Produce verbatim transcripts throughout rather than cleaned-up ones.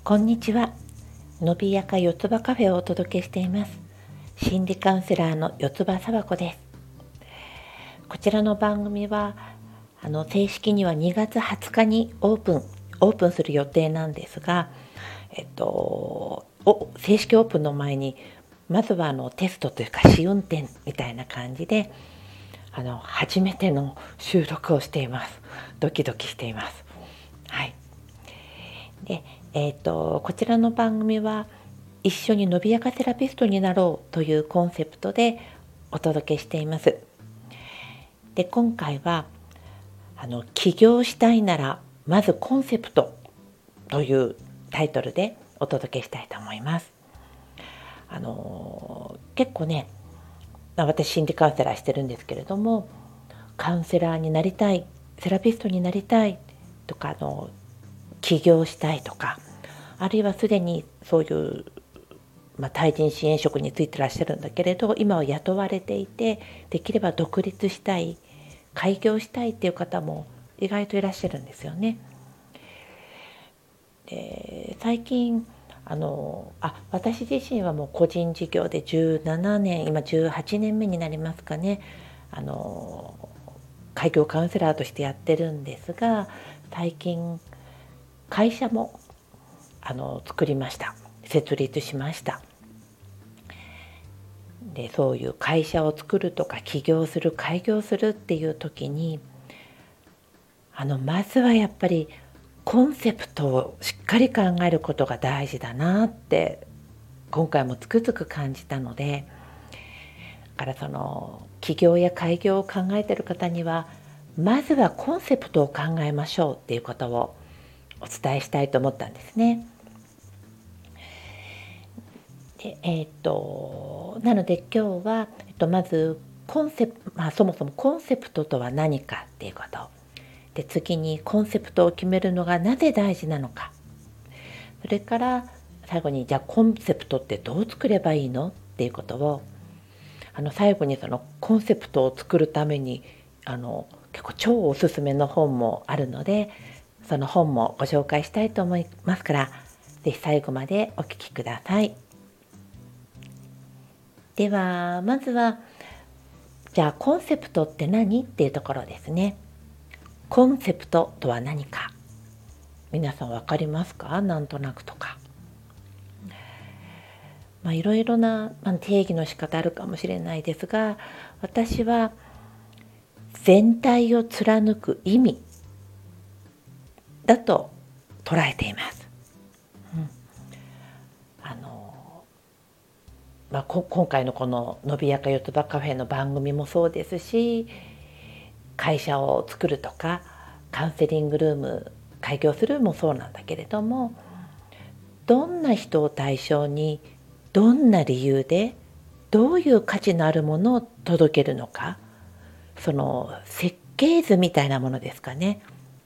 こんにちは。のびやか四つ葉カフェをお届けしています。心理カウンセラーの四つ葉さわこです。こちらの番組はあの正式にはにがつはつかにオープンオープンする予定なんですが、えっとお正式オープンの前にまずはあのテストというか試運転みたいな感じであの初めての収録をしています。ドキドキしています。はい。でえー、とこちらの番組は一緒に伸びやかセラピストになろうというコンセプトでお届けしています。で今回はあの起業したいならまずコンセプトというタイトルでお届けしたいと思います。あの結構ね、私心理カウンセラーしてるんですけれども、カウンセラーになりたい、セラピストになりたいとか、あの起業したいとか、あるいはすでにそういう、まあ、対人支援職に就いてらっしゃるんだけれど、今は雇われていて、できれば独立したい、開業したいっていう方も意外といらっしゃるんですよね。で最近あのあ私自身はもう個人事業でじゅうななねん、今じゅうはちねんめになりますかね、あの開業カウンセラーとしてやってるんですが、最近会社もあの作りました。設立しました。でそういう会社を作るとか起業する、開業するっていう時に、あのまずはやっぱりコンセプトをしっかり考えることが大事だなって今回もつくづく感じたので、だからその起業や開業を考えている方にはまずはコンセプトを考えましょうっていうことをお伝えしたいと思ったんですね。でえー、っとなので今日は、えっと、まずコンセプト、まあ、そもそもコンセプトとは何かっていうことで、次にコンセプトを決めるのがなぜ大事なのか、それから最後にじゃあコンセプトってどう作ればいいのっていうことを、あの最後にそのコンセプトを作るためにあの結構超おすすめの本もあるので、その本もご紹介したいと思いますから、ぜひ最後までお聞きください。ではまずはじゃあコンセプトって何っていうところですね。コンセプトとは何か、皆さん分かりますか？なんとなくとか、まあ、いろいろな、まあ、定義の仕方あるかもしれないですが、私は全体を貫く意味だと捉えています。うん、あのまあ、こ今回のこののびやかよつばカフェの番組もそうですし、会社を作るとかカウンセリングルーム開業するもそうなんだけれども、どんな人を対象にどんな理由でどういう価値のあるものを届けるのか、その設計図みたいなものですかね。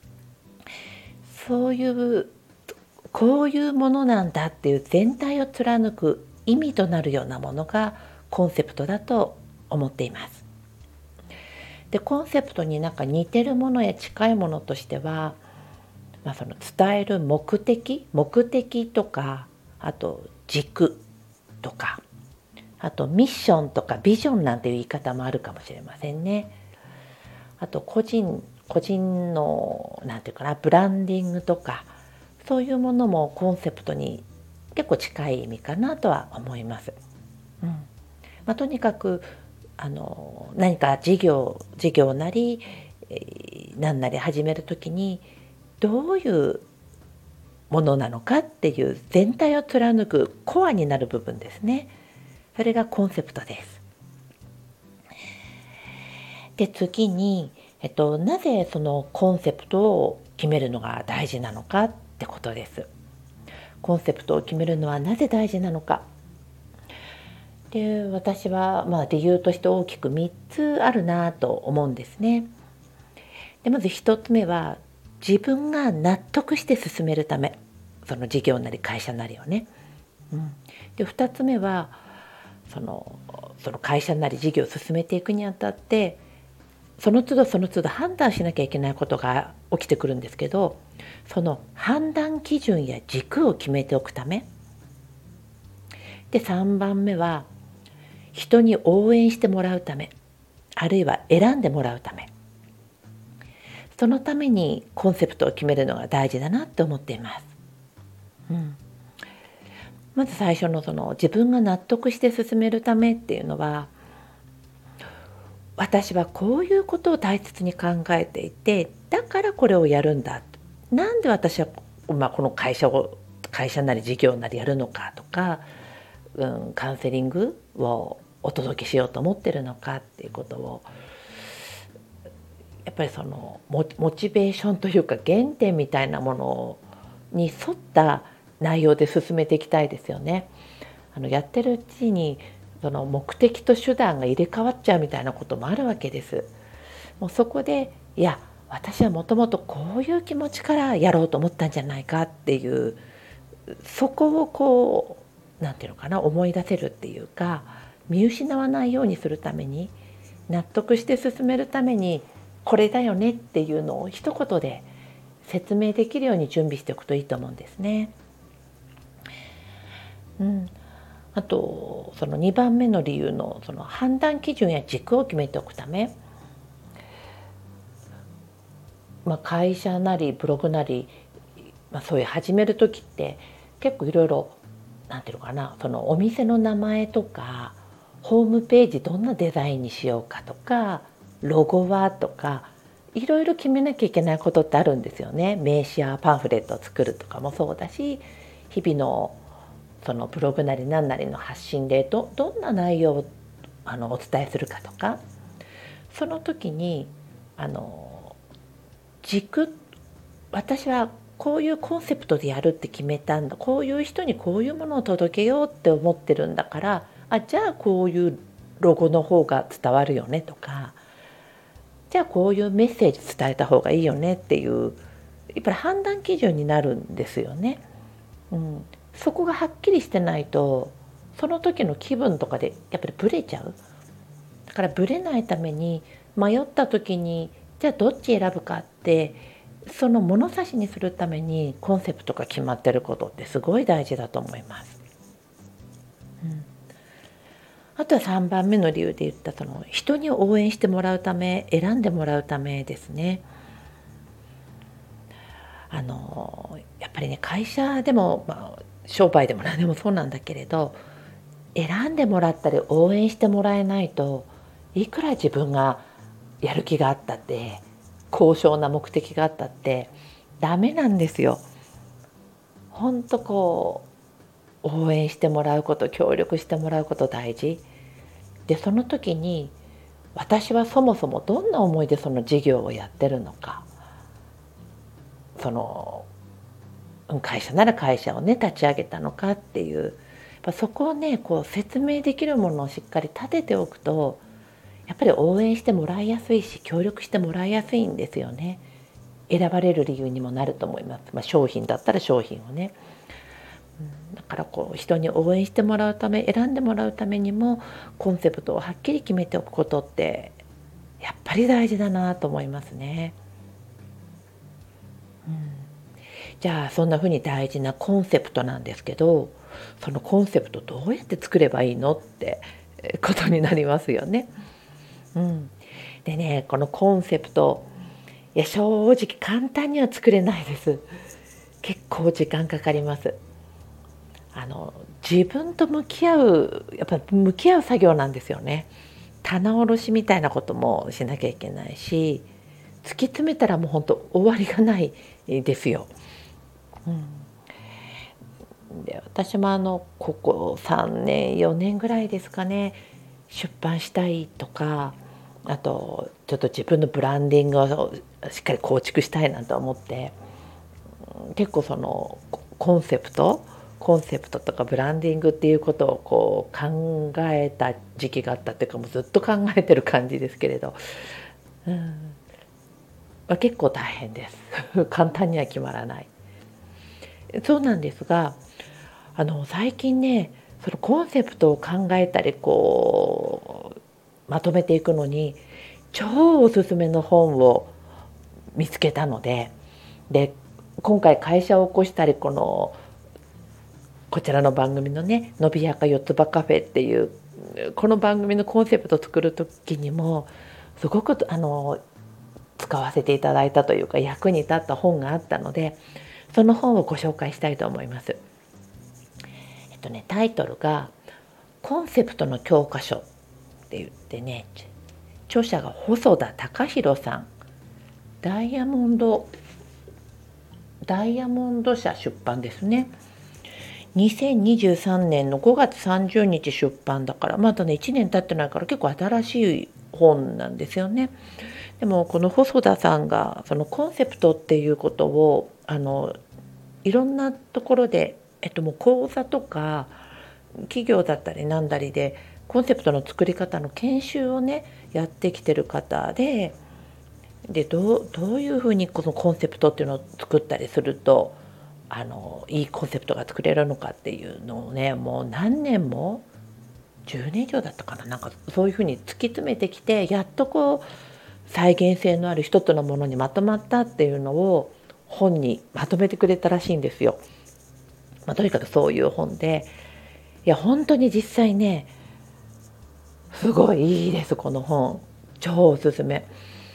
そういうこういうものなんだっていう全体を貫く意味となるようなものがコンセプトだと思っています。でコンセプトになんか似てるものや近いものとしては、まあ、その伝える目的目的とか、あと軸とか、あとミッションとかビジョンなんていう言い方もあるかもしれませんね。あと個人個人のなんていうかな、ブランディングとか、そういうものもコンセプトに結構近い意味かなとは思います。うんまあ、とにかくあの何か事業事業なり、えー、何なり始めるときにどういうものなのかっていう全体を貫くコアになる部分ですね。それがコンセプトです。で次に、えっと、なぜそのコンセプトを決めるのが大事なのかってことです。コンセプトを決めるのはなぜ大事なのか。で私はまあ理由として大きくみっつあるなと思うんですね。でまずひとつめは自分が納得して進めるため、その事業なり会社なりをね。うん、でふたつめはそのその会社なり事業を進めていくにあたってその都度その都度判断しなきゃいけないことが起きてくるんですけど、その判断基準や軸を決めておくためで、さんばんめは人に応援してもらうため、あるいは選んでもらうため、そのためにコンセプトを決めるのが大事だなって思っています。うん、まず最初のその自分が納得して進めるためっていうのは、私はこういうことを大切に考えていて、だからこれをやるんだ。なんで私は、まあ、この会社を会社なり事業なりやるのかとか、うん、カウンセリングをお届けしようと思ってるのかっていうことを、やっぱりそのモチベーションというか原点みたいなものに沿った内容で進めていきたいですよね。あのやってるうちにその目的と手段が入れ替わっちゃうみたいなこともあるわけです。もうそこで、いや私はもともとこういう気持ちからやろうと思ったんじゃないかっていう、そこをこうなんていうのかな、思い出せるっていうか、見失わないようにするために、納得して進めるためにこれだよねっていうのを一言で説明できるように準備しておくといいと思うんですね。うん、あとそのにばんめの理由のその判断基準や軸を決めておくため、まあ、会社なりブログなり、まあ、そういう始める時って結構いろいろなんていうのかな、そのお店の名前とかホームページどんなデザインにしようかとか、ロゴはとか、いろいろ決めなきゃいけないことってあるんですよね。名刺やパンフレットを作るとかもそうだし、日々のそのブログなり何なりの発信で ど, どんな内容をあのお伝えするかとか、その時にあの軸、私はこういうコンセプトでやるって決めたんだ、こういう人にこういうものを届けようって思ってるんだから、あじゃあこういうロゴの方が伝わるよねとか、じゃあこういうメッセージ伝えた方がいいよねっていう、やっぱり判断基準になるんですよね。うん、そこがはっきりしてないと、その時の気分とかでやっぱりブレちゃう。だからブレないために、迷った時にじゃあどっち選ぶかって、その物差しにするためにコンセプトが決まってることってすごい大事だと思います。うん、あとはさんばんめの理由で言ったその人に応援してもらうため、選んでもらうためですね。あのやっぱりね、会社でも、まあ、商売でも何でもそうなんだけれど、選んでもらったり応援してもらえないと、いくら自分がやる気があったって、高尚な目的があったってダメなんですよ。ほんとこう応援してもらうこと、協力してもらうこと大事で、その時に私はそもそもどんな思いでその事業をやってるのか、その会社なら会社をね立ち上げたのかっていう、やっぱそこをねこう説明できるものをしっかり立てておくと、やっぱり応援してもらいやすいし、協力してもらいやすいんですよね。選ばれる理由にもなると思います。まあ、商品だったら商品をね、うん、だからこう人に応援してもらうため、選んでもらうためにもコンセプトをはっきり決めておくことってやっぱり大事だなと思いますね。うん、じゃあそんな風に大事なコンセプトなんですけど、そのコンセプトどうやって作ればいいのってことになりますよね。うん、でね、このコンセプト、いや正直簡単には作れないです。結構時間かかります。あの自分と向き合う、やっぱ向き合う作業なんですよね。棚卸しみたいなこともしなきゃいけないし、突き詰めたらもう本当終わりがないですよ。うん、で私もあのここさんねんよねんぐらいですかね、出版したいとか、あとちょっと自分のブランディングをしっかり構築したいなと思って、結構そのコンセプトコンセプトとかブランディングっていうことをこう考えた時期があったっていうか、もうずっと考えてる感じですけれど、うん、まあ、結構大変です簡単には決まらない。そうなんですが、あの最近ね、そのコンセプトを考えたりこうまとめていくのに超おすすめの本を見つけたので、で今回会社を起こしたり、このこちらの番組のね、のびやか四つ葉カフェっていうこの番組のコンセプトを作る時にもすごくあの使わせていただいたというか、役に立った本があったので、その本をご紹介したいと思います。えっとね、タイトルがコンセプトの教科書って言ってね、著者が細田隆弘さん、ダイヤモンドダイヤモンド社出版ですね。にせんにじゅうさんねんのごがつさんじゅうにち出版だから、まだねいちねん経ってないから結構新しい本なんですよね。でもこの細田さんがそのコンセプトっていうことをあのいろんなところで、えっと、もう講座とか企業だったりなんだりでコンセプトの作り方の研修をねやってきてる方で、でどう、どういうふうにこのコンセプトっていうのを作ったりするとあのいいコンセプトが作れるのかっていうのをね、もう何年もじゅうねん以上だったかな、なんかそういうふうに突き詰めてきて、やっとこう再現性のある一つのものにまとまったっていうのを本にまとめてくれたらしいんですよ。まあ、とにかくそういう本で、いや本当に実際ねすごいいいです、この本超おすすめ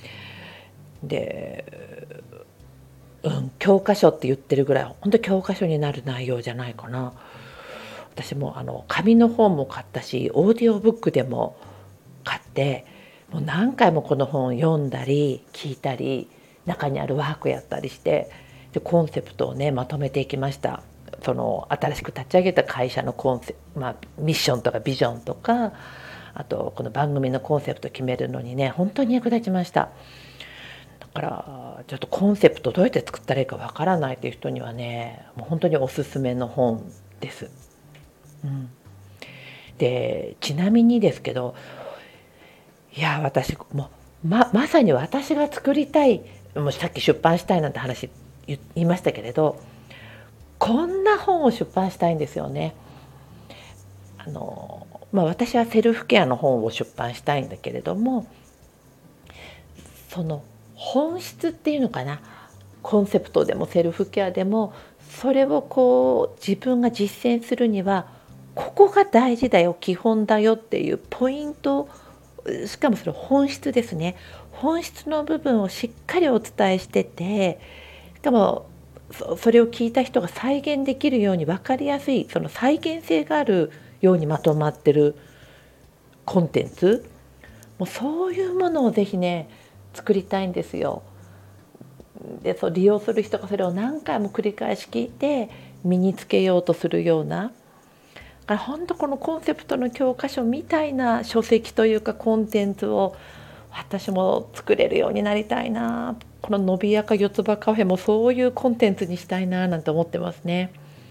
で、うん、教科書って言ってるぐらい本当教科書になる内容じゃないかな。私もあの紙の本も買ったし、オーディオブックでも買って、もう何回もこの本を読んだり聞いたり、中にあるワークやったりして、でコンセプトをねまとめていきました。その新しく立ち上げた会社のコンセ、まあ、ミッションとかビジョンとか、あとこの番組のコンセプトを決めるのにね本当に役立ちました。だからちょっとコンセプトどうやって作ったらいいかわからないという人にはね、もう本当におすすめの本です。うん、でちなみにですけど、いや私もう ま, まさに私が作りたい、もうさっき出版したいなんて話言いましたけれど、こんな本を出版したいんですよね。あの、まあ、私はセルフケアの本を出版したいんだけれども、その本質っていうのかな、コンセプトでもセルフケアでもそれをこう自分が実践するにはここが大事だよ、基本だよっていうポイント、しかもそれ本質ですね。本質の部分をしっかりお伝えしてて、しかも そ, それを聞いた人が再現できるように分かりやすい、その再現性があるようにまとまってるコンテンツ、もうそういうものをぜひね作りたいんですよ。でそう利用する人がそれを何回も繰り返し聞いて身につけようとするような、だから本当このコンセプトの教科書みたいな書籍というかコンテンツを私も作れるようになりたいな。こののびやか四つ葉カフェもそういうコンテンツにしたいななんて思ってますね。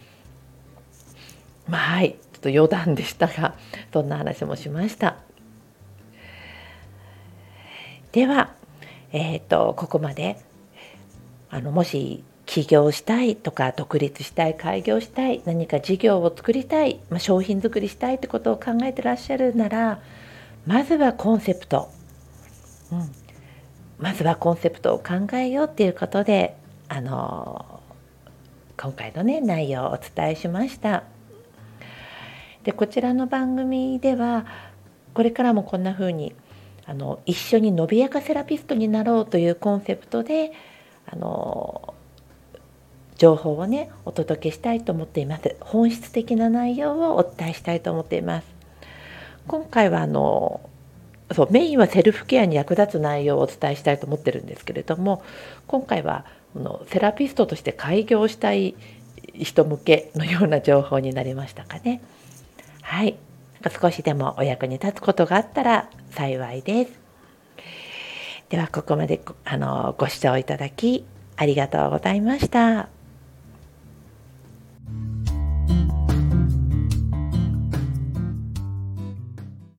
まあはいちょっと余談でしたが、そんな話もしました。では、えー、とここまであのもし起業したいとか独立したい、開業したい、何か事業を作りたい、まあ、商品作りしたいってことを考えてらっしゃるなら、まずはコンセプト、うん、まずはコンセプトを考えようっていうことで、あの今回のね内容をお伝えしました。でこちらの番組ではこれからもこんな風にあの一緒にのびやかセラピストになろうというコンセプトであの情報をねお届けしたいと思っています。本質的な内容をお伝えしたいと思っています。今回はあのそうメインはセルフケアに役立つ内容をお伝えしたいと思ってるんですけれども、今回はあのセラピストとして開業したい人向けのような情報になりましたかね。はい、少しでもお役に立つことがあったら幸いです。ではここまであのご視聴いただきありがとうございました。